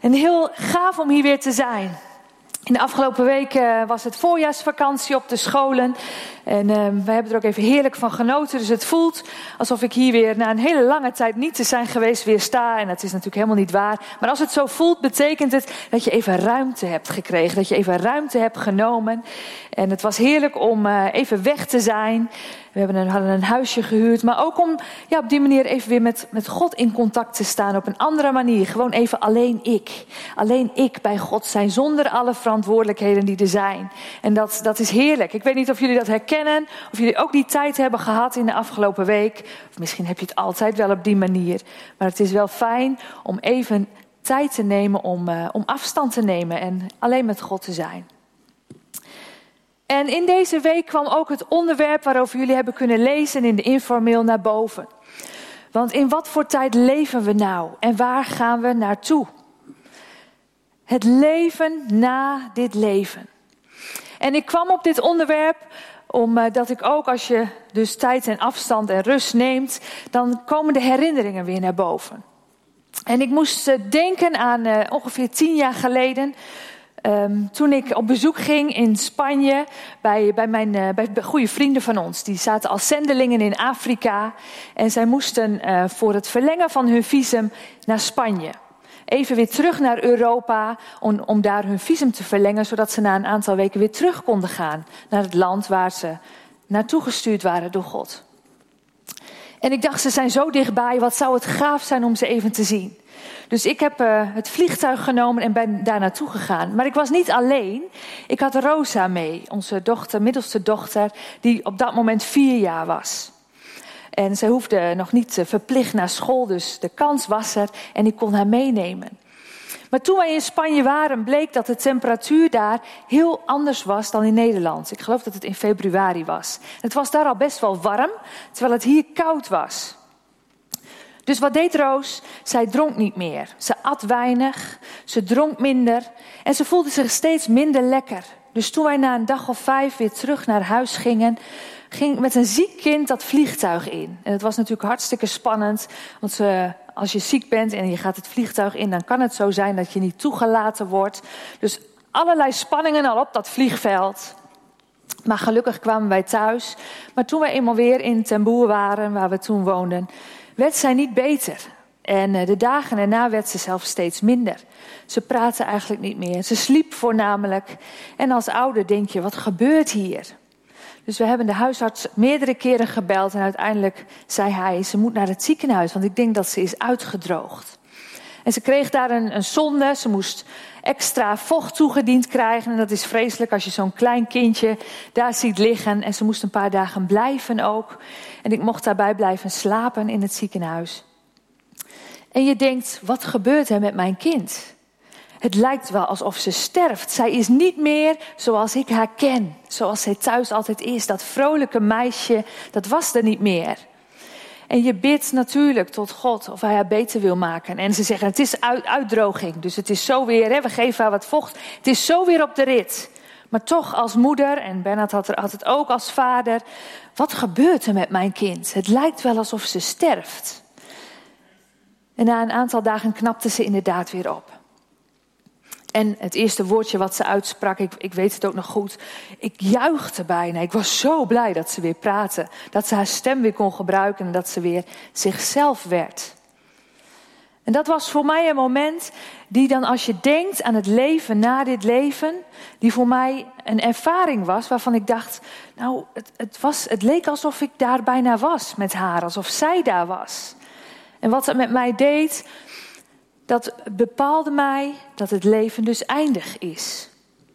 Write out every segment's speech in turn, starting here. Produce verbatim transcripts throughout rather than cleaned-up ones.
En heel gaaf om hier weer te zijn. In de afgelopen week uh, was het voorjaarsvakantie op de scholen. En uh, we hebben er ook even heerlijk van genoten. Dus het voelt alsof ik hier weer na een hele lange tijd niet te zijn geweest weer sta. En dat is natuurlijk helemaal niet waar. Maar als het zo voelt, betekent het dat je even ruimte hebt gekregen. Dat je even ruimte hebt genomen. En het was heerlijk om uh, even weg te zijn. We hebben een, hadden een huisje gehuurd. Maar ook om ja, op die manier even weer met, met God in contact te staan. Op een andere manier. Gewoon even alleen ik. Alleen ik bij God zijn. Zonder alle verantwoordelijkheden die er zijn. En dat, dat is heerlijk. Ik weet niet of jullie dat herkennen. Of jullie ook die tijd hebben gehad in de afgelopen week. Of misschien heb je het altijd wel op die manier. Maar het is wel fijn om even tijd te nemen om, uh, om afstand te nemen. En alleen met God te zijn. En in deze week kwam ook het onderwerp waarover jullie hebben kunnen lezen in de informeel naar boven. Want in wat voor tijd leven we nou? En waar gaan we naartoe? Het leven na dit leven. En ik kwam op dit onderwerp omdat ik ook, als je dus tijd en afstand en rust neemt, dan komen de herinneringen weer naar boven. En ik moest denken aan uh, ongeveer tien jaar geleden. Um, toen ik op bezoek ging in Spanje bij, bij mijn uh, bij goede vrienden van ons. Die zaten als zendelingen in Afrika. En zij moesten uh, voor het verlengen van hun visum naar Spanje. Even weer terug naar Europa om, om daar hun visum te verlengen. Zodat ze na een aantal weken weer terug konden gaan naar het land waar ze naartoe gestuurd waren door God. En ik dacht, ze zijn zo dichtbij. Wat zou het gaaf zijn om ze even te zien. Dus ik heb uh, het vliegtuig genomen en ben daar naartoe gegaan. Maar ik was niet alleen. Ik had Rosa mee, onze dochter, middelste dochter, die op dat moment vier jaar was. En zij hoefde nog niet uh, verplicht naar school, dus de kans was er en ik kon haar meenemen. Maar toen wij in Spanje waren, bleek dat de temperatuur daar heel anders was dan in Nederland. Ik geloof dat het in februari was. Het was daar al best wel warm, terwijl het hier koud was. Dus wat deed Roos? Zij dronk niet meer. Ze at weinig, ze dronk minder en ze voelde zich steeds minder lekker. Dus toen wij na een dag of vijf weer terug naar huis gingen, ging met een ziek kind dat vliegtuig in. En het was natuurlijk hartstikke spannend, want uh, als je ziek bent en je gaat het vliegtuig in, dan kan het zo zijn dat je niet toegelaten wordt. Dus allerlei spanningen al op dat vliegveld. Maar gelukkig kwamen wij thuis. Maar toen wij eenmaal weer in Ten Boer waren, waar we toen woonden, werd zij niet beter. En de dagen erna werd ze zelfs steeds minder. Ze praatte eigenlijk niet meer. Ze sliep voornamelijk. En als ouder denk je, wat gebeurt hier? Dus we hebben de huisarts meerdere keren gebeld. En uiteindelijk zei hij, ze moet naar het ziekenhuis. Want ik denk dat ze is uitgedroogd. En ze kreeg daar een, een sonde. Ze moest extra vocht toegediend krijgen. En dat is vreselijk als je zo'n klein kindje daar ziet liggen. En ze moest een paar dagen blijven ook. En ik mocht daarbij blijven slapen in het ziekenhuis. En je denkt, wat gebeurt er met mijn kind? Het lijkt wel alsof ze sterft. Zij is niet meer zoals ik haar ken. Zoals zij thuis altijd is. Dat vrolijke meisje, dat was er niet meer. En je bidt natuurlijk tot God of hij haar beter wil maken. En ze zeggen, het is uit, uitdroging. Dus het is zo weer, hè, we geven haar wat vocht. Het is zo weer op de rit. Maar toch als moeder, en Bernard had, er, had het ook als vader. Wat gebeurt er met mijn kind? Het lijkt wel alsof ze sterft. En na een aantal dagen knapte ze inderdaad weer op. En het eerste woordje wat ze uitsprak, ik, ik weet het ook nog goed. Ik juichte bijna. Ik was zo blij dat ze weer praatte. Dat ze haar stem weer kon gebruiken en dat ze weer zichzelf werd. En dat was voor mij een moment die dan, als je denkt aan het leven na dit leven, die voor mij een ervaring was waarvan ik dacht, nou, het, het, was, het leek alsof ik daar bijna was met haar, alsof zij daar was. En wat het met mij deed, dat bepaalde mij dat het leven dus eindig is.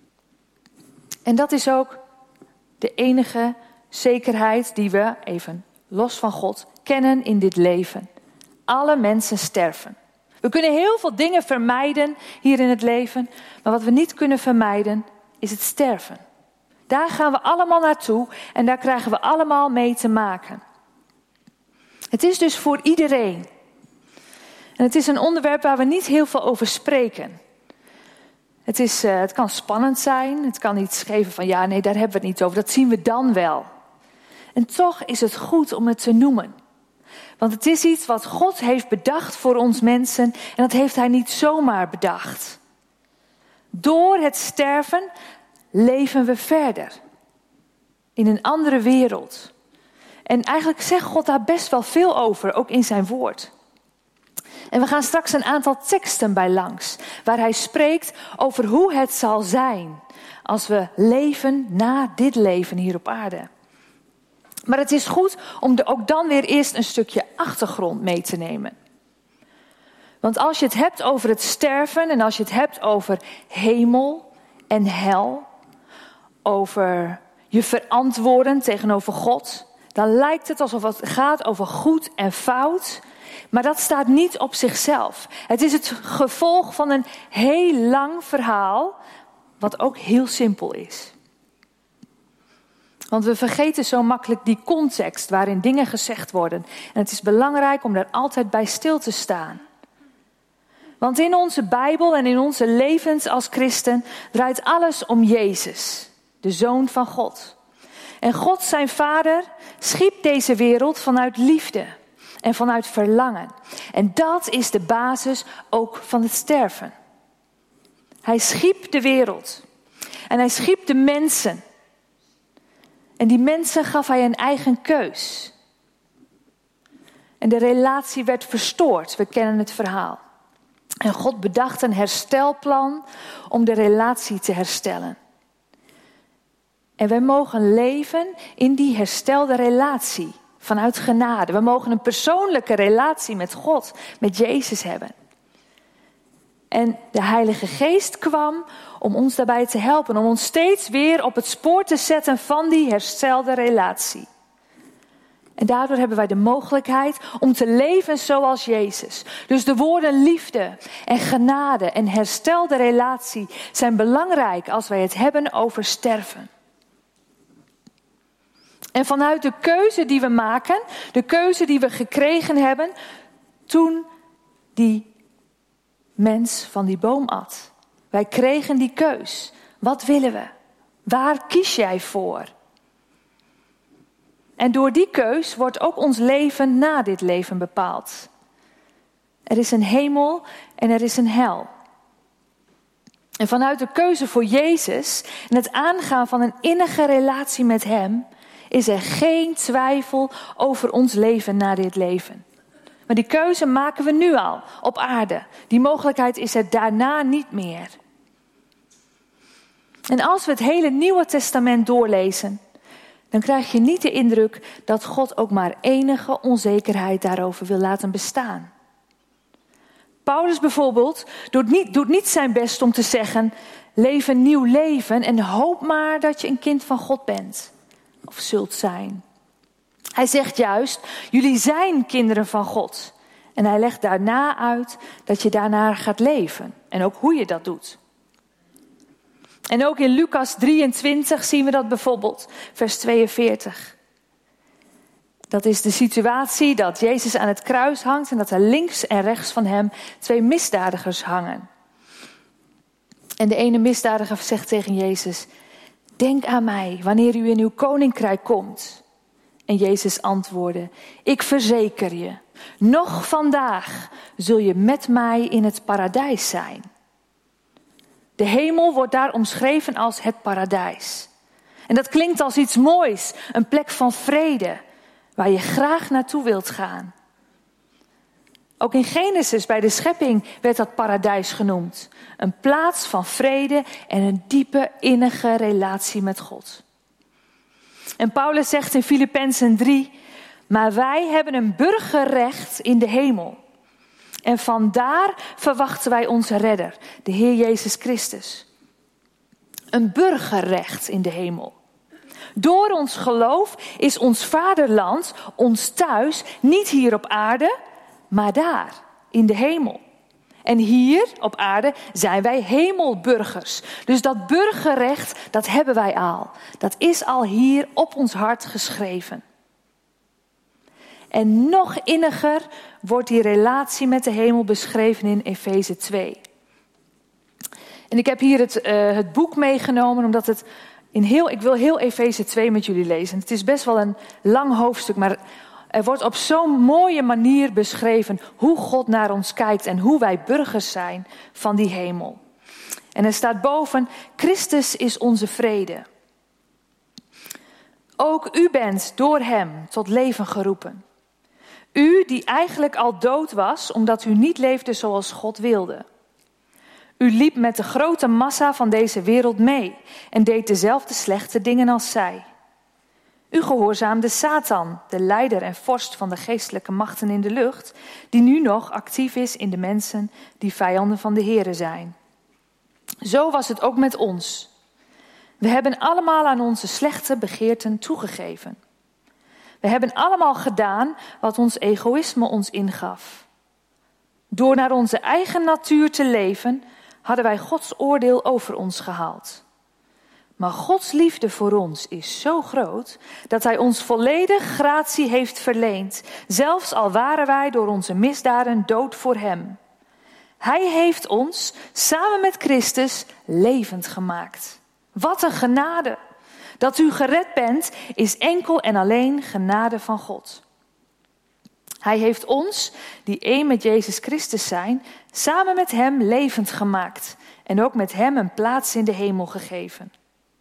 En dat is ook de enige zekerheid die we, even los van God, kennen in dit leven. Alle mensen sterven. We kunnen heel veel dingen vermijden hier in het leven, maar wat we niet kunnen vermijden is het sterven. Daar gaan we allemaal naartoe en daar krijgen we allemaal mee te maken. Het is dus voor iedereen. En het is een onderwerp waar we niet heel veel over spreken. Het, is, uh, het kan spannend zijn. Het kan iets geven van ja, nee, daar hebben we het niet over. Dat zien we dan wel. En toch is het goed om het te noemen. Want het is iets wat God heeft bedacht voor ons mensen en dat heeft hij niet zomaar bedacht. Door het sterven leven we verder. In een andere wereld. En eigenlijk zegt God daar best wel veel over, ook in zijn woord. En we gaan straks een aantal teksten bij langs, waar hij spreekt over hoe het zal zijn als we leven na dit leven hier op aarde. Maar het is goed om er ook dan weer eerst een stukje achtergrond mee te nemen. Want als je het hebt over het sterven en als je het hebt over hemel en hel, over je verantwoorden tegenover God, dan lijkt het alsof het gaat over goed en fout, maar dat staat niet op zichzelf. Het is het gevolg van een heel lang verhaal, wat ook heel simpel is. Want we vergeten zo makkelijk die context waarin dingen gezegd worden. En het is belangrijk om daar altijd bij stil te staan. Want in onze Bijbel en in onze levens als christen draait alles om Jezus, de Zoon van God. En God, zijn Vader, schiep deze wereld vanuit liefde en vanuit verlangen. En dat is de basis ook van het sterven. Hij schiep de wereld en hij schiep de mensen. En die mensen gaf hij een eigen keus. En de relatie werd verstoord, we kennen het verhaal. En God bedacht een herstelplan om de relatie te herstellen. En wij mogen leven in die herstelde relatie vanuit genade. We mogen een persoonlijke relatie met God, met Jezus hebben. En de Heilige Geest kwam om ons daarbij te helpen. Om ons steeds weer op het spoor te zetten van die herstelde relatie. En daardoor hebben wij de mogelijkheid om te leven zoals Jezus. Dus de woorden liefde en genade en herstelde relatie zijn belangrijk als wij het hebben over sterven. En vanuit de keuze die we maken, de keuze die we gekregen hebben, toen die mens van die boom at. Wij kregen die keus. Wat willen we? Waar kies jij voor? En door die keus wordt ook ons leven na dit leven bepaald. Er is een hemel en er is een hel. En vanuit de keuze voor Jezus en het aangaan van een innige relatie met Hem, is er geen twijfel over ons leven na dit leven. Maar die keuze maken we nu al op aarde. Die mogelijkheid is er daarna niet meer. En als we het hele Nieuwe Testament doorlezen, dan krijg je niet de indruk dat God ook maar enige onzekerheid daarover wil laten bestaan. Paulus bijvoorbeeld doet niet, doet niet zijn best om te zeggen, leef een nieuw leven en hoop maar dat je een kind van God bent of zult zijn. Hij zegt juist, jullie zijn kinderen van God. En hij legt daarna uit dat je daarnaar gaat leven en ook hoe je dat doet. En ook in Lucas drieëntwintig zien we dat bijvoorbeeld, vers tweeënveertig. Dat is de situatie dat Jezus aan het kruis hangt en dat er links en rechts van hem twee misdadigers hangen. En de ene misdadiger zegt tegen Jezus, denk aan mij wanneer u in uw koninkrijk komt. En Jezus antwoordde, ik verzeker je, nog vandaag zul je met mij in het paradijs zijn. De hemel wordt daar omschreven als het paradijs. En dat klinkt als iets moois, een plek van vrede, waar je graag naartoe wilt gaan. Ook in Genesis bij de schepping werd dat paradijs genoemd. Een plaats van vrede en een diepe innige relatie met God. En Paulus zegt in Filippenzen drie, maar wij hebben een burgerrecht in de hemel. En vandaar verwachten wij onze redder, de Heer Jezus Christus. Een burgerrecht in de hemel. Door ons geloof is ons vaderland, ons thuis, niet hier op aarde, maar daar, in de hemel. En hier op aarde zijn wij hemelburgers. Dus dat burgerrecht, dat hebben wij al. Dat is al hier op ons hart geschreven. En nog inniger wordt die relatie met de hemel beschreven in Efeze twee. En ik heb hier het, uh, het boek meegenomen, omdat het in heel, ik wil heel Efeze twee met jullie lezen. Het is best wel een lang hoofdstuk, maar Er wordt op zo'n mooie manier beschreven hoe God naar ons kijkt en hoe wij burgers zijn van die hemel. En er staat boven, Christus is onze vrede. Ook u bent door hem tot leven geroepen. U die eigenlijk al dood was, omdat u niet leefde zoals God wilde. U liep met de grote massa van deze wereld mee en deed dezelfde slechte dingen als zij. U gehoorzaamde Satan, de leider en vorst van de geestelijke machten in de lucht, die nu nog actief is in de mensen die vijanden van de Here zijn. Zo was het ook met ons. We hebben allemaal aan onze slechte begeerten toegegeven. We hebben allemaal gedaan wat ons egoïsme ons ingaf. Door naar onze eigen natuur te leven, hadden wij Gods oordeel over ons gehaald. Maar Gods liefde voor ons is zo groot dat hij ons volledig gratie heeft verleend, zelfs al waren wij door onze misdaden dood voor hem. Hij heeft ons, samen met Christus, levend gemaakt. Wat een genade! Dat u gered bent, is enkel en alleen genade van God. Hij heeft ons, die één met Jezus Christus zijn, samen met hem levend gemaakt en ook met hem een plaats in de hemel gegeven.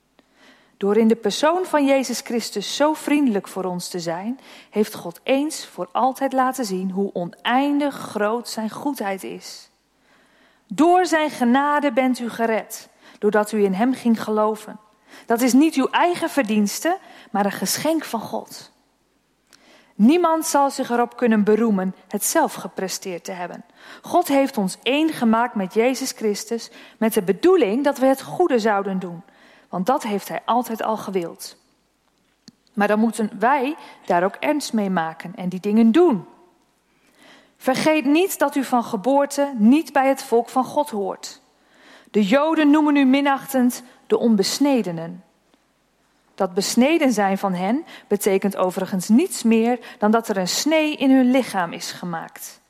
Door in de persoon van Jezus Christus zo vriendelijk voor ons te zijn, heeft God eens voor altijd laten zien hoe oneindig groot zijn goedheid is. Door zijn genade bent u gered, doordat u in hem ging geloven. Dat is niet uw eigen verdienste, maar een geschenk van God. Niemand zal zich erop kunnen beroemen het zelf gepresteerd te hebben. God heeft ons één gemaakt met Jezus Christus, met de bedoeling dat we het goede zouden doen. Want dat heeft hij altijd al gewild. Maar dan moeten wij daar ook ernst mee maken en die dingen doen. Vergeet niet dat u van geboorte niet bij het volk van God hoort. De Joden noemen u minachtend de onbesnedenen. Dat besneden zijn van hen betekent overigens niets meer dan dat er een snee in hun lichaam is gemaakt.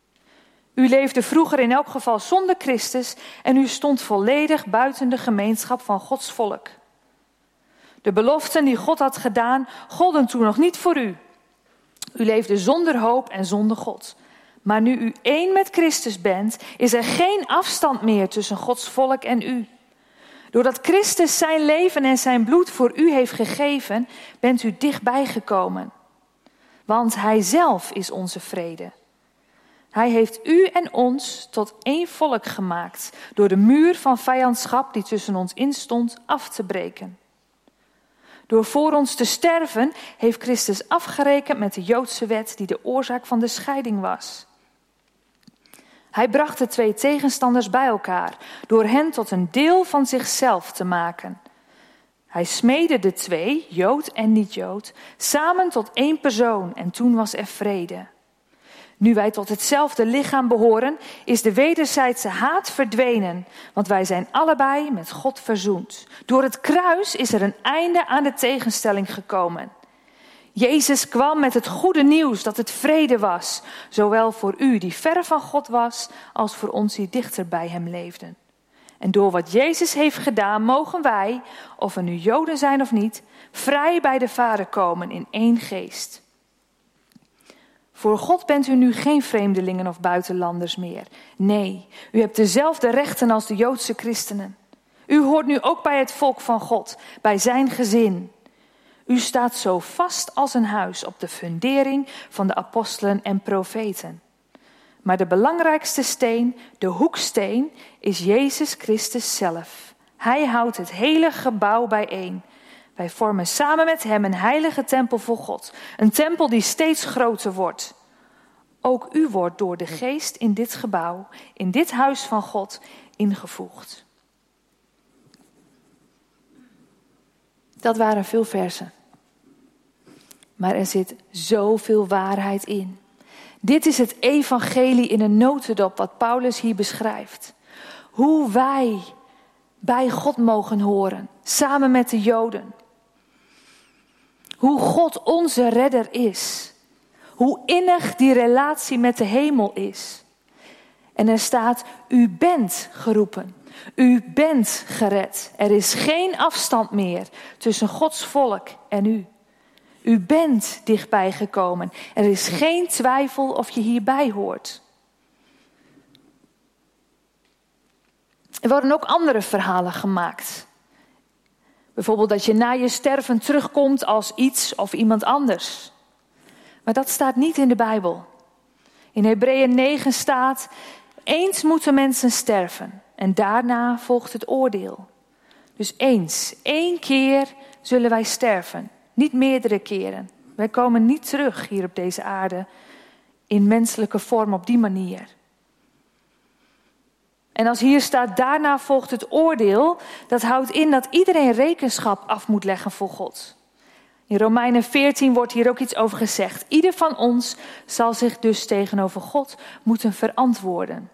U leefde vroeger in elk geval zonder Christus en u stond volledig buiten de gemeenschap van Gods volk. De beloften die God had gedaan, golden toen nog niet voor u. U leefde zonder hoop en zonder God. Maar nu u één met Christus bent, is er geen afstand meer tussen Gods volk en u. Doordat Christus zijn leven en zijn bloed voor u heeft gegeven, bent u dichtbij gekomen. Want hij zelf is onze vrede. Hij heeft u en ons tot één volk gemaakt, door de muur van vijandschap die tussen ons instond af te breken. Door voor ons te sterven heeft Christus afgerekend met de Joodse wet die de oorzaak van de scheiding was. Hij bracht de twee tegenstanders bij elkaar, door hen tot een deel van zichzelf te maken. Hij smeedde de twee, Jood en niet-Jood, samen tot één persoon en toen was er vrede. Nu wij tot hetzelfde lichaam behoren, is de wederzijdse haat verdwenen, want wij zijn allebei met God verzoend. Door het kruis is er een einde aan de tegenstelling gekomen. Jezus kwam met het goede nieuws dat het vrede was, zowel voor u die ver van God was, als voor ons die dichter bij hem leefden. En door wat Jezus heeft gedaan, mogen wij, of we nu Joden zijn of niet, vrij bij de Vader komen in één geest. Voor God bent u nu geen vreemdelingen of buitenlanders meer. Nee, u hebt dezelfde rechten als de Joodse christenen. U hoort nu ook bij het volk van God, bij zijn gezin. U staat zo vast als een huis op de fundering van de apostelen en profeten. Maar de belangrijkste steen, de hoeksteen, is Jezus Christus zelf. Hij houdt het hele gebouw bijeen. Wij vormen samen met hem een heilige tempel voor God. Een tempel die steeds groter wordt. Ook u wordt door de geest in dit gebouw, in dit huis van God, ingevoegd. Dat waren veel versen. Maar er zit zoveel waarheid in. Dit is het evangelie in een notendop wat Paulus hier beschrijft. Hoe wij bij God mogen horen, samen met de Joden. Hoe God onze redder is. Hoe innig die relatie met de hemel is. En er staat, u bent geroepen. U bent gered. Er is geen afstand meer tussen Gods volk en u. U bent dichtbij gekomen. Er is geen twijfel of je hierbij hoort. Er worden ook andere verhalen gemaakt. Bijvoorbeeld dat je na je sterven terugkomt als iets of iemand anders. Maar dat staat niet in de Bijbel. In Hebreeën negen staat: eens moeten mensen sterven en daarna volgt het oordeel. Dus eens, één keer zullen wij sterven. Niet meerdere keren. Wij komen niet terug hier op deze aarde in menselijke vorm op die manier. En als hier staat, daarna volgt het oordeel, dat houdt in dat iedereen rekenschap af moet leggen voor God. In Romeinen veertien wordt hier ook iets over gezegd. Ieder van ons zal zich dus tegenover God moeten verantwoorden.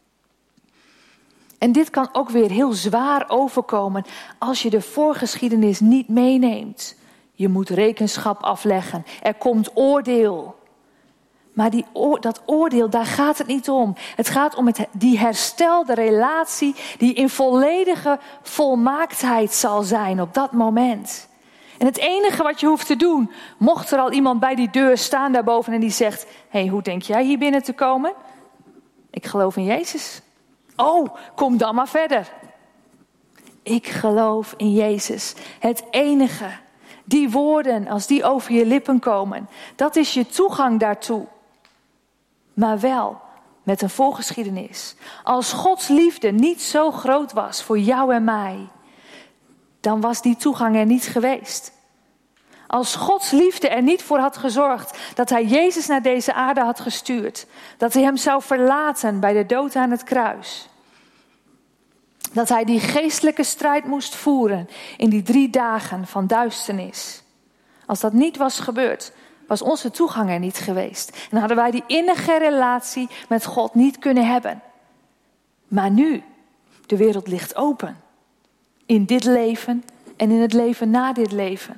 En dit kan ook weer heel zwaar overkomen als je de voorgeschiedenis niet meeneemt. Je moet rekenschap afleggen. Er komt oordeel. Maar die, dat oordeel, daar gaat het niet om. Het gaat om het, die herstelde relatie die in volledige volmaaktheid zal zijn op dat moment. En het enige wat je hoeft te doen, mocht er al iemand bij die deur staan daarboven en die zegt: hé, hey, hoe denk jij hier binnen te komen? Ik geloof in Jezus. Oh, kom dan maar verder. Ik geloof in Jezus. Het enige. Die woorden, als die over je lippen komen, dat is je toegang daartoe. Maar wel met een voorgeschiedenis. Als Gods liefde niet zo groot was voor jou en mij, dan was die toegang er niet geweest. Als Gods liefde er niet voor had gezorgd dat hij Jezus naar deze aarde had gestuurd. Dat hij hem zou verlaten bij de dood aan het kruis. Dat hij die geestelijke strijd moest voeren in die drie dagen van duisternis. Als dat niet was gebeurd, was onze toegang er niet geweest. En dan hadden wij die innige relatie met God niet kunnen hebben. Maar nu, de wereld ligt open. In dit leven en in het leven na dit leven.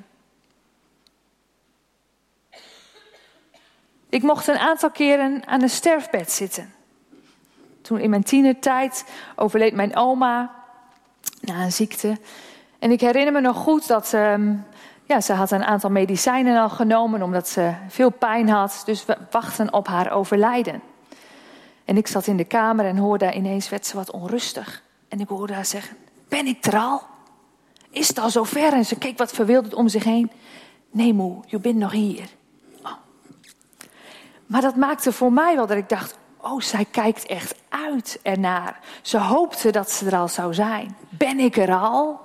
Ik mocht een aantal keren aan een sterfbed zitten. Toen in mijn tienertijd overleed mijn oma na een ziekte. En ik herinner me nog goed dat um, ja, ze had een aantal medicijnen al genomen omdat ze veel pijn had. Dus we wachten op haar overlijden. En ik zat in de kamer en hoorde ineens werd ze wat onrustig. En ik hoorde haar zeggen: ben ik er al? Is het al zover? En ze keek wat verwilderd om zich heen. Nee moe, je bent nog hier. Oh. Maar dat maakte voor mij wel dat ik dacht: oh, zij kijkt echt uit ernaar. Ze hoopte dat ze er al zou zijn. Ben ik er al?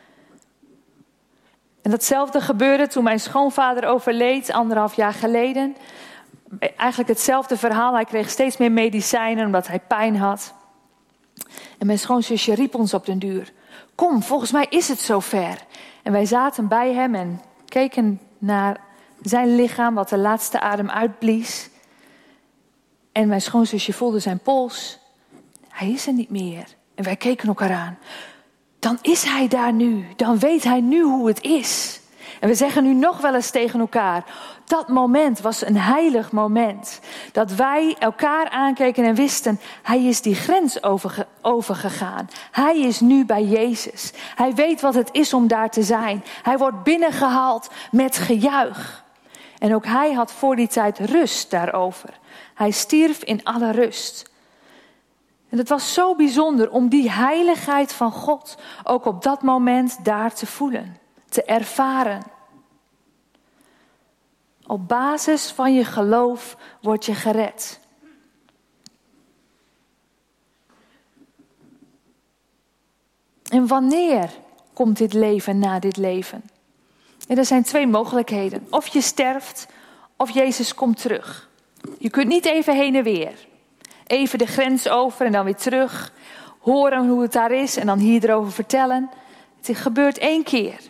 En datzelfde gebeurde toen mijn schoonvader overleed, anderhalf jaar geleden. Eigenlijk hetzelfde verhaal. Hij kreeg steeds meer medicijnen omdat hij pijn had. En mijn schoonzusje riep ons op den duur: kom, volgens mij is het zover. En wij zaten bij hem en keken naar zijn lichaam wat de laatste adem uitblies. En mijn schoonzusje voelde zijn pols. Hij is er niet meer. En wij keken elkaar aan. Dan is hij daar nu. Dan weet hij nu hoe het is. En we zeggen nu nog wel eens tegen elkaar: dat moment was een heilig moment. Dat wij elkaar aankeken en wisten: hij is die grens overge- overgegaan. Hij is nu bij Jezus. Hij weet wat het is om daar te zijn. Hij wordt binnengehaald met gejuich. En ook hij had voor die tijd rust daarover. Hij stierf in alle rust. En het was zo bijzonder om die heiligheid van God ook op dat moment daar te voelen, te ervaren. Op basis van je geloof word je gered. En wanneer komt dit leven na dit leven? En er zijn twee mogelijkheden. Of je sterft, of Jezus komt terug. Je kunt niet even heen en weer. Even de grens over en dan weer terug. Horen hoe het daar is en dan hier erover vertellen. Het gebeurt één keer.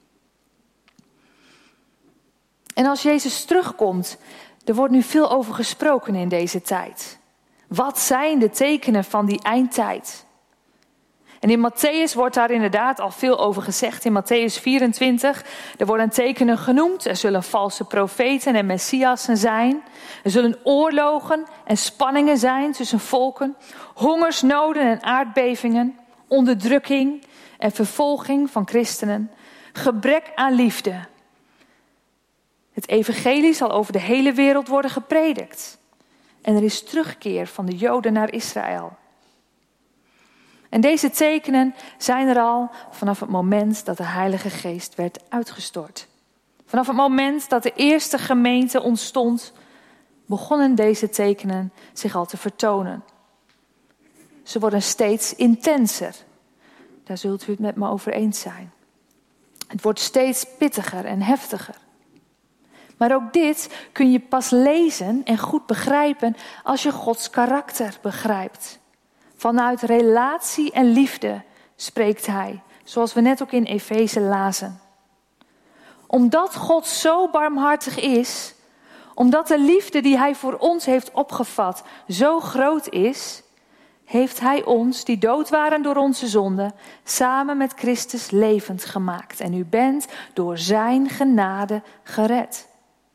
En als Jezus terugkomt, er wordt nu veel over gesproken in deze tijd. Wat zijn de tekenen van die eindtijd? En in Matthäus wordt daar inderdaad al veel over gezegd. In Matthäus vierentwintig, er worden tekenen genoemd. Er zullen valse profeten en messiassen zijn. Er zullen oorlogen en spanningen zijn tussen volken. Hongersnoden en aardbevingen. Onderdrukking en vervolging van christenen. Gebrek aan liefde. Het evangelie zal over de hele wereld worden gepredikt. En er is terugkeer van de Joden naar Israël. En deze tekenen zijn er al vanaf het moment dat de Heilige Geest werd uitgestort. Vanaf het moment dat de eerste gemeente ontstond, begonnen deze tekenen zich al te vertonen. Ze worden steeds intenser. Daar zult u het met me over eens zijn. Het wordt steeds pittiger en heftiger. Maar ook dit kun je pas lezen en goed begrijpen als je Gods karakter begrijpt. Vanuit relatie en liefde spreekt hij, zoals we net ook in Efeze lazen. Omdat God zo barmhartig is, omdat de liefde die hij voor ons heeft opgevat zo groot is, heeft hij ons, die dood waren door onze zonden, samen met Christus levend gemaakt. En u bent door zijn genade gered.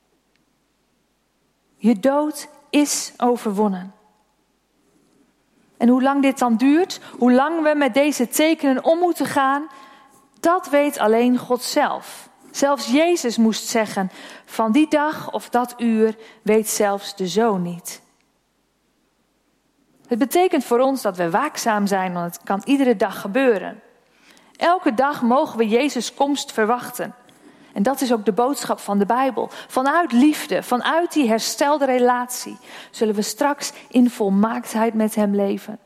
Je dood is overwonnen. En hoe lang dit dan duurt, hoe lang we met deze tekenen om moeten gaan, dat weet alleen God zelf. Zelfs Jezus moest zeggen, van die dag of dat uur weet zelfs de Zoon niet. Het betekent voor ons dat we waakzaam zijn, want het kan iedere dag gebeuren. Elke dag mogen we Jezus' komst verwachten. En dat is ook de boodschap van de Bijbel. Vanuit liefde, vanuit die herstelde relatie, zullen we straks in volmaaktheid met hem leven.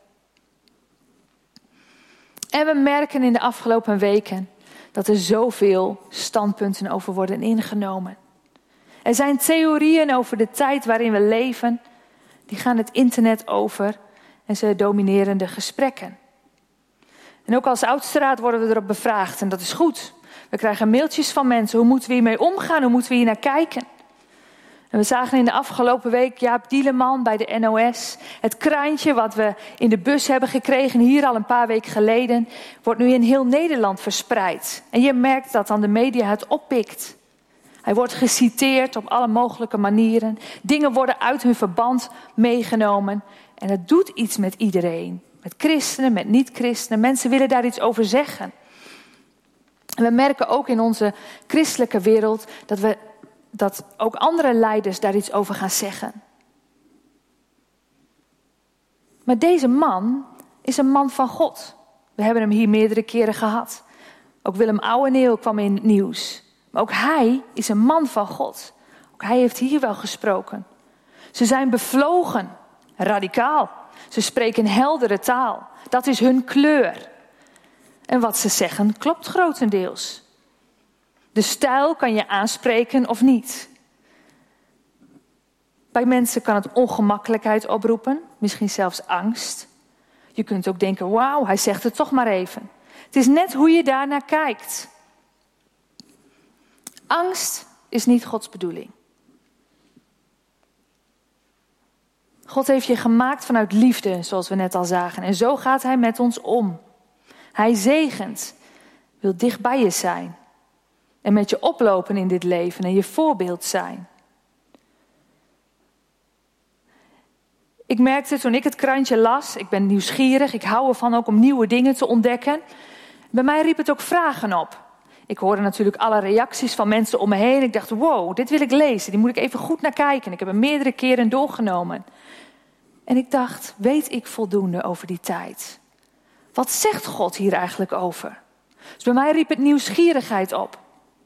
En we merken in de afgelopen weken dat er zoveel standpunten over worden ingenomen. Er zijn theorieën over de tijd waarin we leven. Die gaan het internet over en ze domineren de gesprekken. En ook als oudsterraad worden we erop bevraagd en dat is goed. We krijgen mailtjes van mensen. Hoe moeten we hiermee omgaan? Hoe moeten we hier naar kijken? En we zagen in de afgelopen week Jaap Dieleman bij de N O S. Het kraantje wat we in de bus hebben gekregen, hier al een paar weken geleden, wordt nu in heel Nederland verspreid. En je merkt dat dan de media het oppikt. Hij wordt geciteerd op alle mogelijke manieren. Dingen worden uit hun verband meegenomen. En het doet iets met iedereen. Met christenen, met niet-christenen. Mensen willen daar iets over zeggen. En we merken ook in onze christelijke wereld dat, we, dat ook andere leiders daar iets over gaan zeggen. Maar deze man is een man van God. We hebben hem hier meerdere keren gehad. Ook Willem Ouweneel kwam in het nieuws. Maar ook hij is een man van God. Ook hij heeft hier wel gesproken. Ze zijn bevlogen, radicaal. Ze spreken heldere taal. Dat is hun kleur. En wat ze zeggen klopt grotendeels. De stijl kan je aanspreken of niet. Bij mensen kan het ongemakkelijkheid oproepen, misschien zelfs angst. Je kunt ook denken, wauw, hij zegt het toch maar even. Het is net hoe je daarnaar kijkt. Angst is niet Gods bedoeling. God heeft je gemaakt vanuit liefde, zoals we net al zagen. En zo gaat hij met ons om. Hij zegent, wil dicht bij je zijn. En met je oplopen in dit leven en je voorbeeld zijn. Ik merkte toen ik het krantje las, ik ben nieuwsgierig, ik hou ervan ook om nieuwe dingen te ontdekken. Bij mij riep het ook vragen op. Ik hoorde natuurlijk alle reacties van mensen om me heen. Ik dacht, wow, dit wil ik lezen, die moet ik even goed naar kijken. Ik heb hem meerdere keren doorgenomen. En ik dacht, weet ik voldoende over die tijd? Wat zegt God hier eigenlijk over? Dus bij mij riep het nieuwsgierigheid op.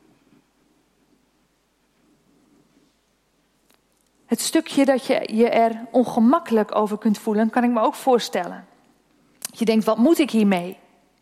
Het stukje dat je je er ongemakkelijk over kunt voelen, kan ik me ook voorstellen. Je denkt, wat moet ik hiermee?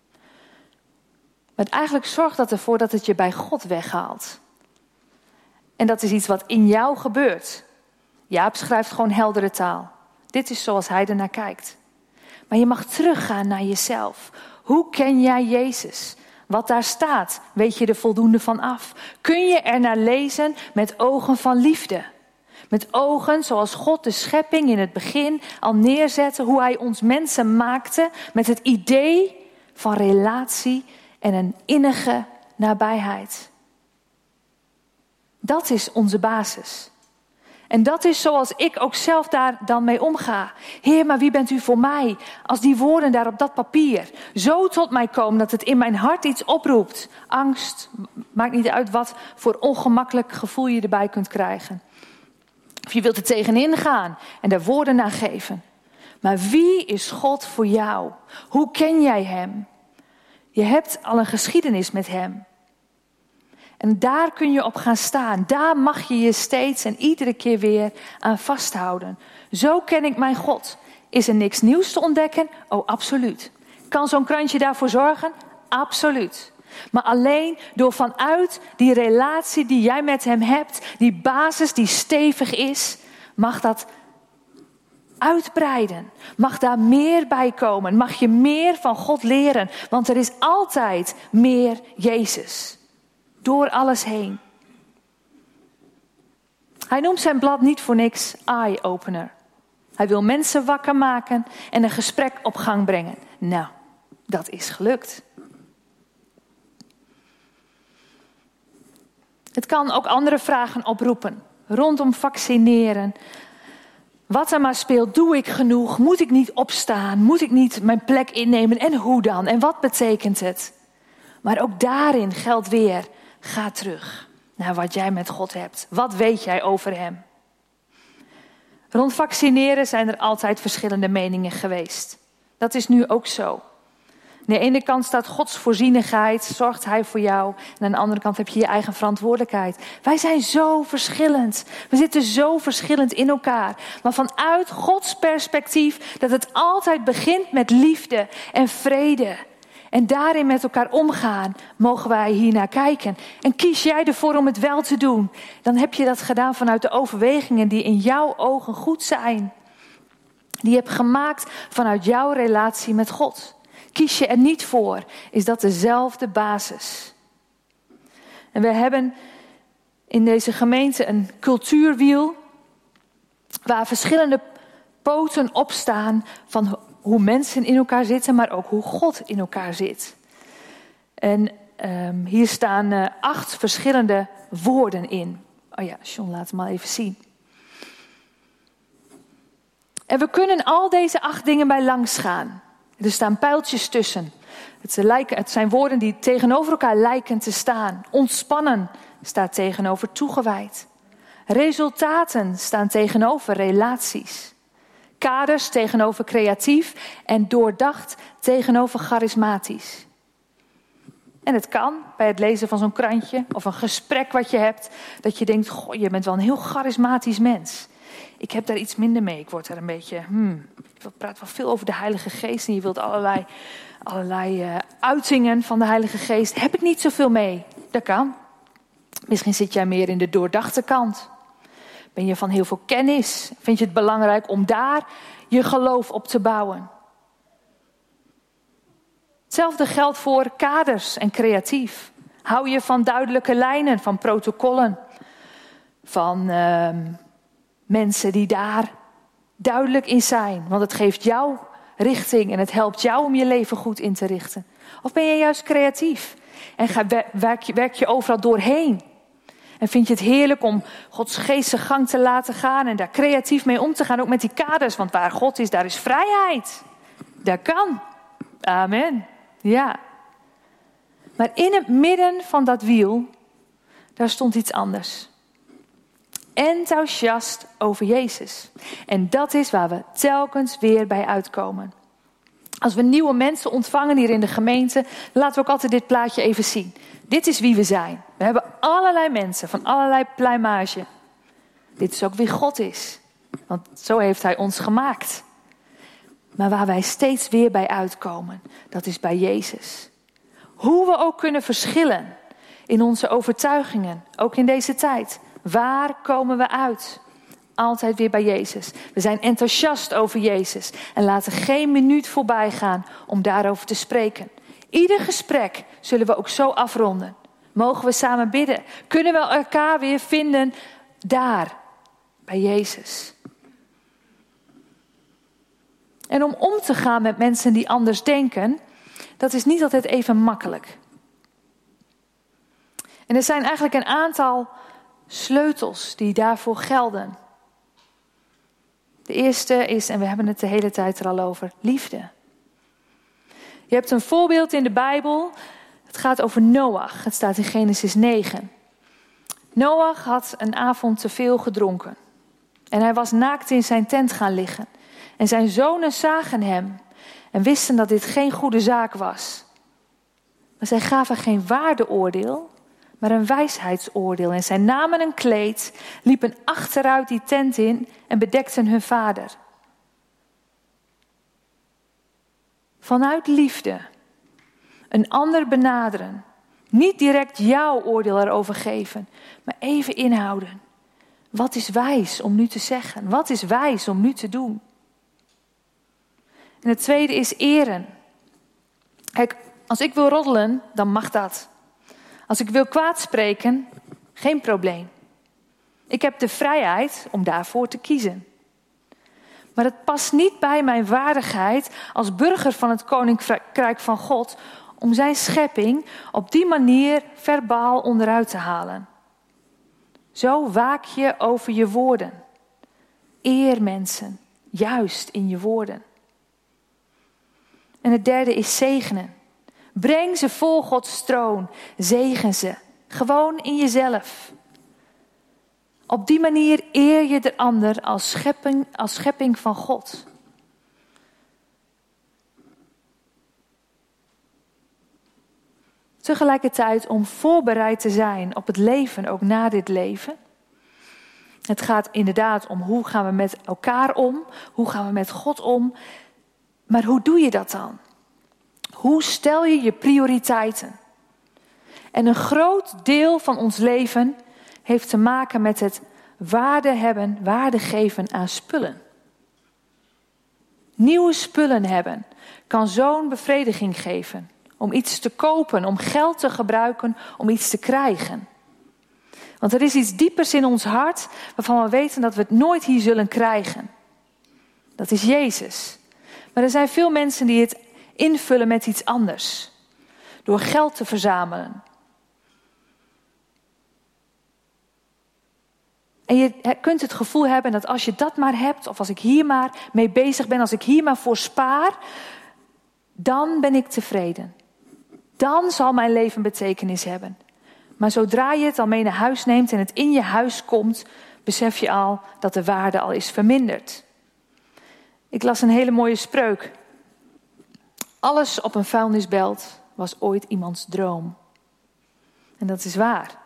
Maar eigenlijk zorgt dat ervoor dat het je bij God weghaalt. En dat is iets wat in jou gebeurt. Jaap schrijft gewoon heldere taal. Dit is zoals hij ernaar kijkt. Maar je mag teruggaan naar jezelf. Hoe ken jij Jezus? Wat daar staat, weet je er voldoende van af? Kun je er naar lezen met ogen van liefde? Met ogen zoals God de schepping in het begin al neerzette, hoe hij ons mensen maakte met het idee van relatie en een innige nabijheid. Dat is onze basis. En dat is zoals ik ook zelf daar dan mee omga. Heer, maar wie bent u voor mij? Als die woorden daar op dat papier zo tot mij komen dat het in mijn hart iets oproept. Angst, maakt niet uit wat voor ongemakkelijk gevoel je erbij kunt krijgen. Of je wilt er tegenin gaan en daar woorden aan geven. Maar wie is God voor jou? Hoe ken jij hem? Je hebt al een geschiedenis met hem. En daar kun je op gaan staan. Daar mag je je steeds en iedere keer weer aan vasthouden. Zo ken ik mijn God. Is er niks nieuws te ontdekken? Oh, absoluut. Kan zo'n krantje daarvoor zorgen? Absoluut. Maar alleen door vanuit die relatie die jij met hem hebt, die basis die stevig is, mag dat uitbreiden. Mag daar meer bij komen. Mag je meer van God leren. Want er is altijd meer Jezus. Door alles heen. Hij noemt zijn blad niet voor niks eye-opener. Hij wil mensen wakker maken en een gesprek op gang brengen. Nou, dat is gelukt. Het kan ook andere vragen oproepen. Rondom vaccineren. Wat er maar speelt, doe ik genoeg? Moet ik niet opstaan? Moet ik niet mijn plek innemen? En hoe dan? En wat betekent het? Maar ook daarin geldt weer, ga terug naar wat jij met God hebt. Wat weet jij over hem? Rond vaccineren zijn er altijd verschillende meningen geweest. Dat is nu ook zo. Aan de ene kant staat Gods voorzienigheid, zorgt hij voor jou. En aan de andere kant heb je je eigen verantwoordelijkheid. Wij zijn zo verschillend. We zitten zo verschillend in elkaar. Maar vanuit Gods perspectief dat het altijd begint met liefde en vrede. En daarin met elkaar omgaan, mogen wij hiernaar kijken. En kies jij ervoor om het wel te doen, dan heb je dat gedaan vanuit de overwegingen die in jouw ogen goed zijn. Die je hebt gemaakt vanuit jouw relatie met God. Kies je er niet voor, is dat dezelfde basis. En we hebben in deze gemeente een cultuurwiel waar verschillende poten op staan van hoe mensen in elkaar zitten, maar ook hoe God in elkaar zit. En um, hier staan uh, acht verschillende woorden in. Oh ja, John, laat het maar even zien. En we kunnen al deze acht dingen bij langs gaan. Er staan pijltjes tussen. Het, lijken, het zijn woorden die tegenover elkaar lijken te staan. Ontspannen staat tegenover toegewijd. Resultaten staan tegenover relaties. Kaders tegenover creatief en doordacht tegenover charismatisch. En het kan bij het lezen van zo'n krantje of een gesprek wat je hebt, dat je denkt, goh, je bent wel een heel charismatisch mens. Ik heb daar iets minder mee. Ik word daar een beetje, hmm, je praat wel veel over de Heilige Geest en je wilt allerlei, allerlei uh, uitingen van de Heilige Geest. Heb ik niet zoveel mee. Dat kan. Misschien zit jij meer in de doordachte kant. Ben je van heel veel kennis? Vind je het belangrijk om daar je geloof op te bouwen? Hetzelfde geldt voor kaders en creatief. Hou je van duidelijke lijnen, van protocollen. Van uh, mensen die daar duidelijk in zijn. Want het geeft jou richting en het helpt jou om je leven goed in te richten. Of ben je juist creatief en ga, werk, je, werk je overal doorheen? En vind je het heerlijk om Gods geest zijn gang te laten gaan en daar creatief mee om te gaan, ook met die kaders. Want waar God is, daar is vrijheid. Dat kan. Amen. Ja. Maar in het midden van dat wiel, daar stond iets anders. Enthousiast over Jezus. En dat is waar we telkens weer bij uitkomen. Als we nieuwe mensen ontvangen hier in de gemeente, laten we ook altijd dit plaatje even zien. Dit is wie we zijn. We hebben allerlei mensen van allerlei pluimage. Dit is ook wie God is. Want zo heeft hij ons gemaakt. Maar waar wij steeds weer bij uitkomen, dat is bij Jezus. Hoe we ook kunnen verschillen in onze overtuigingen, ook in deze tijd. Waar komen we uit? Altijd weer bij Jezus. We zijn enthousiast over Jezus en laten geen minuut voorbij gaan om daarover te spreken. Ieder gesprek zullen we ook zo afronden. Mogen we samen bidden? Kunnen we elkaar weer vinden daar, bij Jezus? En om om te gaan met mensen die anders denken, dat is niet altijd even makkelijk. En er zijn eigenlijk een aantal sleutels die daarvoor gelden. De eerste is, en we hebben het de hele tijd er al over, liefde. Je hebt een voorbeeld in de Bijbel. Het gaat over Noach. Het staat in Genesis negen. Noach had een avond te veel gedronken. En hij was naakt in zijn tent gaan liggen. En zijn zonen zagen hem en wisten dat dit geen goede zaak was. Maar zij gaven geen waardeoordeel, maar een wijsheidsoordeel. En zij namen een kleed, liepen achteruit die tent in en bedekten hun vader. Vanuit liefde. Een ander benaderen. Niet direct jouw oordeel erover geven, maar even inhouden. Wat is wijs om nu te zeggen? Wat is wijs om nu te doen? En het tweede is eren. Kijk, als ik wil roddelen, dan mag dat. Als ik wil kwaad spreken, geen probleem. Ik heb de vrijheid om daarvoor te kiezen. Maar het past niet bij mijn waardigheid als burger van het Koninkrijk van God om zijn schepping op die manier verbaal onderuit te halen. Zo waak je over je woorden. Eer mensen, juist in je woorden. En het derde is zegenen. Breng ze vol Gods troon. Zegen ze. Gewoon in jezelf. Op die manier eer je de ander als schepping, als schepping van God. Tegelijkertijd om voorbereid te zijn op het leven, ook na dit leven. Het gaat inderdaad om hoe gaan we met elkaar om, hoe gaan we met God om. Maar hoe doe je dat dan? Hoe stel je je prioriteiten? En een groot deel van ons leven heeft te maken met het waarde hebben, waarde geven aan spullen. Nieuwe spullen hebben kan zo'n bevrediging geven. Om iets te kopen, om geld te gebruiken, om iets te krijgen. Want er is iets diepers in ons hart waarvan we weten dat we het nooit hier zullen krijgen. Dat is Jezus. Maar er zijn veel mensen die het invullen met iets anders. Door geld te verzamelen. En je kunt het gevoel hebben dat als je dat maar hebt, of als ik hier maar mee bezig ben, als ik hier maar voor spaar, dan ben ik tevreden. Dan zal mijn leven betekenis hebben. Maar zodra je het al mee naar huis neemt en het in je huis komt, besef je al dat de waarde al is verminderd. Ik las een hele mooie spreuk. Alles op een vuilnisbelt was ooit iemands droom. En dat is waar.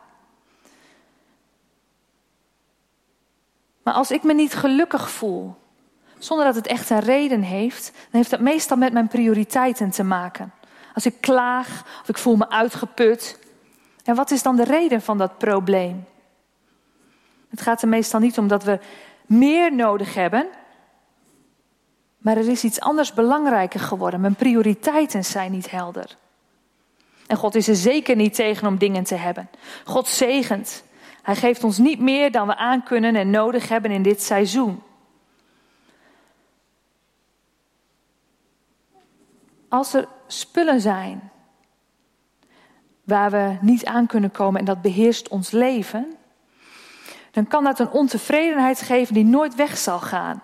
Maar als ik me niet gelukkig voel, zonder dat het echt een reden heeft, dan heeft dat meestal met mijn prioriteiten te maken. Als ik klaag of ik voel me uitgeput. En wat is dan de reden van dat probleem? Het gaat er meestal niet om dat we meer nodig hebben. Maar er is iets anders belangrijker geworden. Mijn prioriteiten zijn niet helder. En God is er zeker niet tegen om dingen te hebben. God zegent. Hij geeft ons niet meer dan we aankunnen en nodig hebben in dit seizoen. Als er spullen zijn waar we niet aan kunnen komen en dat beheerst ons leven, dan kan dat een ontevredenheid geven die nooit weg zal gaan.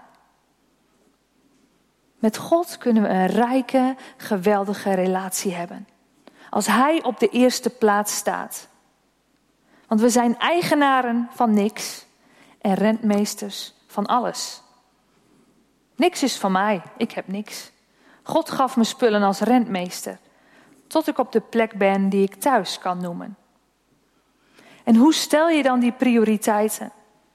Met God kunnen we een rijke, geweldige relatie hebben. Als Hij op de eerste plaats staat. Want we zijn eigenaren van niks en rentmeesters van alles. Niks is van mij, ik heb niks. God gaf me spullen als rentmeester, tot ik op de plek ben die ik thuis kan noemen. En hoe stel je dan die prioriteiten?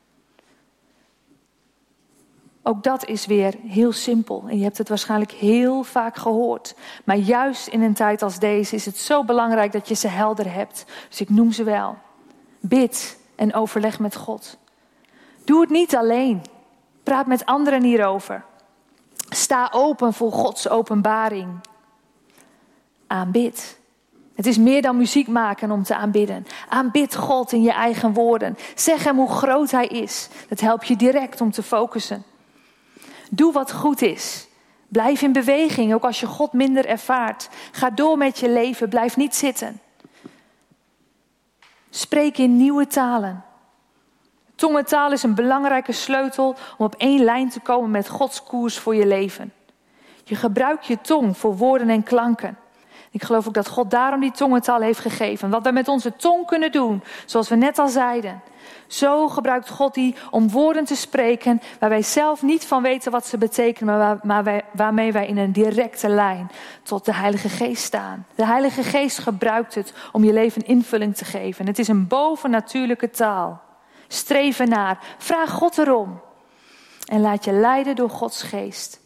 Ook dat is weer heel simpel. En je hebt het waarschijnlijk heel vaak gehoord. Maar juist in een tijd als deze is het zo belangrijk dat je ze helder hebt. Dus ik noem ze wel. Bid en overleg met God. Doe het niet alleen. Praat met anderen hierover. Sta open voor Gods openbaring. Aanbid. Het is meer dan muziek maken om te aanbidden. Aanbid God in je eigen woorden. Zeg hem hoe groot Hij is. Dat helpt je direct om te focussen. Doe wat goed is. Blijf in beweging, ook als je God minder ervaart. Ga door met je leven, blijf niet zitten. Spreek in nieuwe talen. Tongentaal is een belangrijke sleutel om op één lijn te komen met Gods koers voor je leven. Je gebruikt je tong voor woorden en klanken. Ik geloof ook dat God daarom die tongentaal heeft gegeven. Wat wij met onze tong kunnen doen, zoals we net al zeiden. Zo gebruikt God die om woorden te spreken waar wij zelf niet van weten wat ze betekenen, maar, waar, maar wij, waarmee wij in een directe lijn tot de Heilige Geest staan. De Heilige Geest gebruikt het om je leven invulling te geven. Het is een bovennatuurlijke taal. Streef ernaar, vraag God erom en laat je leiden door Gods Geest.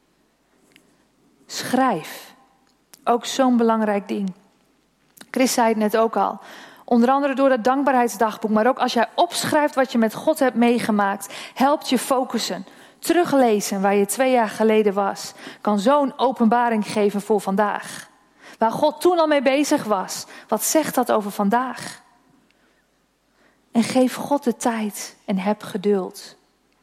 Schrijf, ook zo'n belangrijk ding. Chris zei het net ook al. Onder andere door dat dankbaarheidsdagboek, maar ook als jij opschrijft wat je met God hebt meegemaakt, helpt je focussen. Teruglezen waar je twee jaar geleden was, kan zo'n openbaring geven voor vandaag. Waar God toen al mee bezig was, wat zegt dat over vandaag? En geef God de tijd en heb geduld.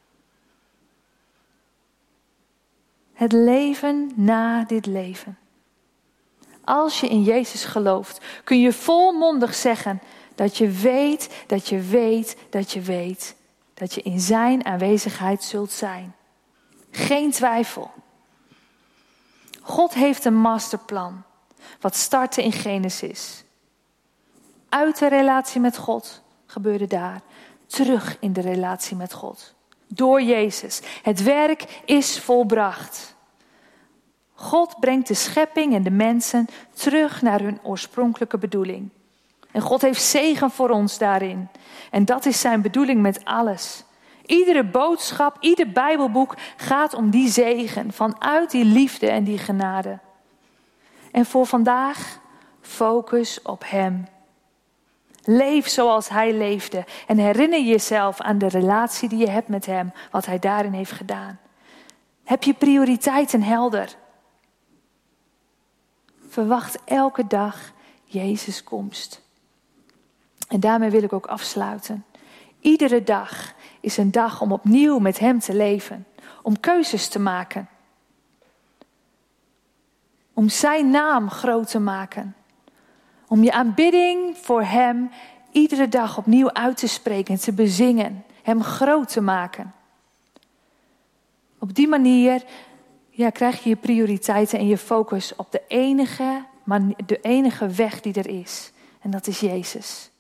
Het leven na dit leven. Als je in Jezus gelooft, kun je volmondig zeggen dat je weet, dat je weet, dat je weet, dat je in zijn aanwezigheid zult zijn. Geen twijfel. God heeft een masterplan, wat startte in Genesis. Uit de relatie met God gebeurde daar, terug in de relatie met God. Door Jezus. Het werk is volbracht. God brengt de schepping en de mensen terug naar hun oorspronkelijke bedoeling. En God heeft zegen voor ons daarin. En dat is zijn bedoeling met alles. Iedere boodschap, ieder Bijbelboek gaat om die zegen. Vanuit die liefde en die genade. En voor vandaag, focus op hem. Leef zoals hij leefde. En herinner jezelf aan de relatie die je hebt met hem. Wat hij daarin heeft gedaan. Heb je prioriteiten helder. Verwacht elke dag Jezus' komst. En daarmee wil ik ook afsluiten. Iedere dag is een dag om opnieuw met hem te leven. Om keuzes te maken. Om zijn naam groot te maken. Om je aanbidding voor hem iedere dag opnieuw uit te spreken en te bezingen. Hem groot te maken. Op die manier ja, krijg je je prioriteiten en je focus op de enige, de enige weg die er is. En dat is Jezus.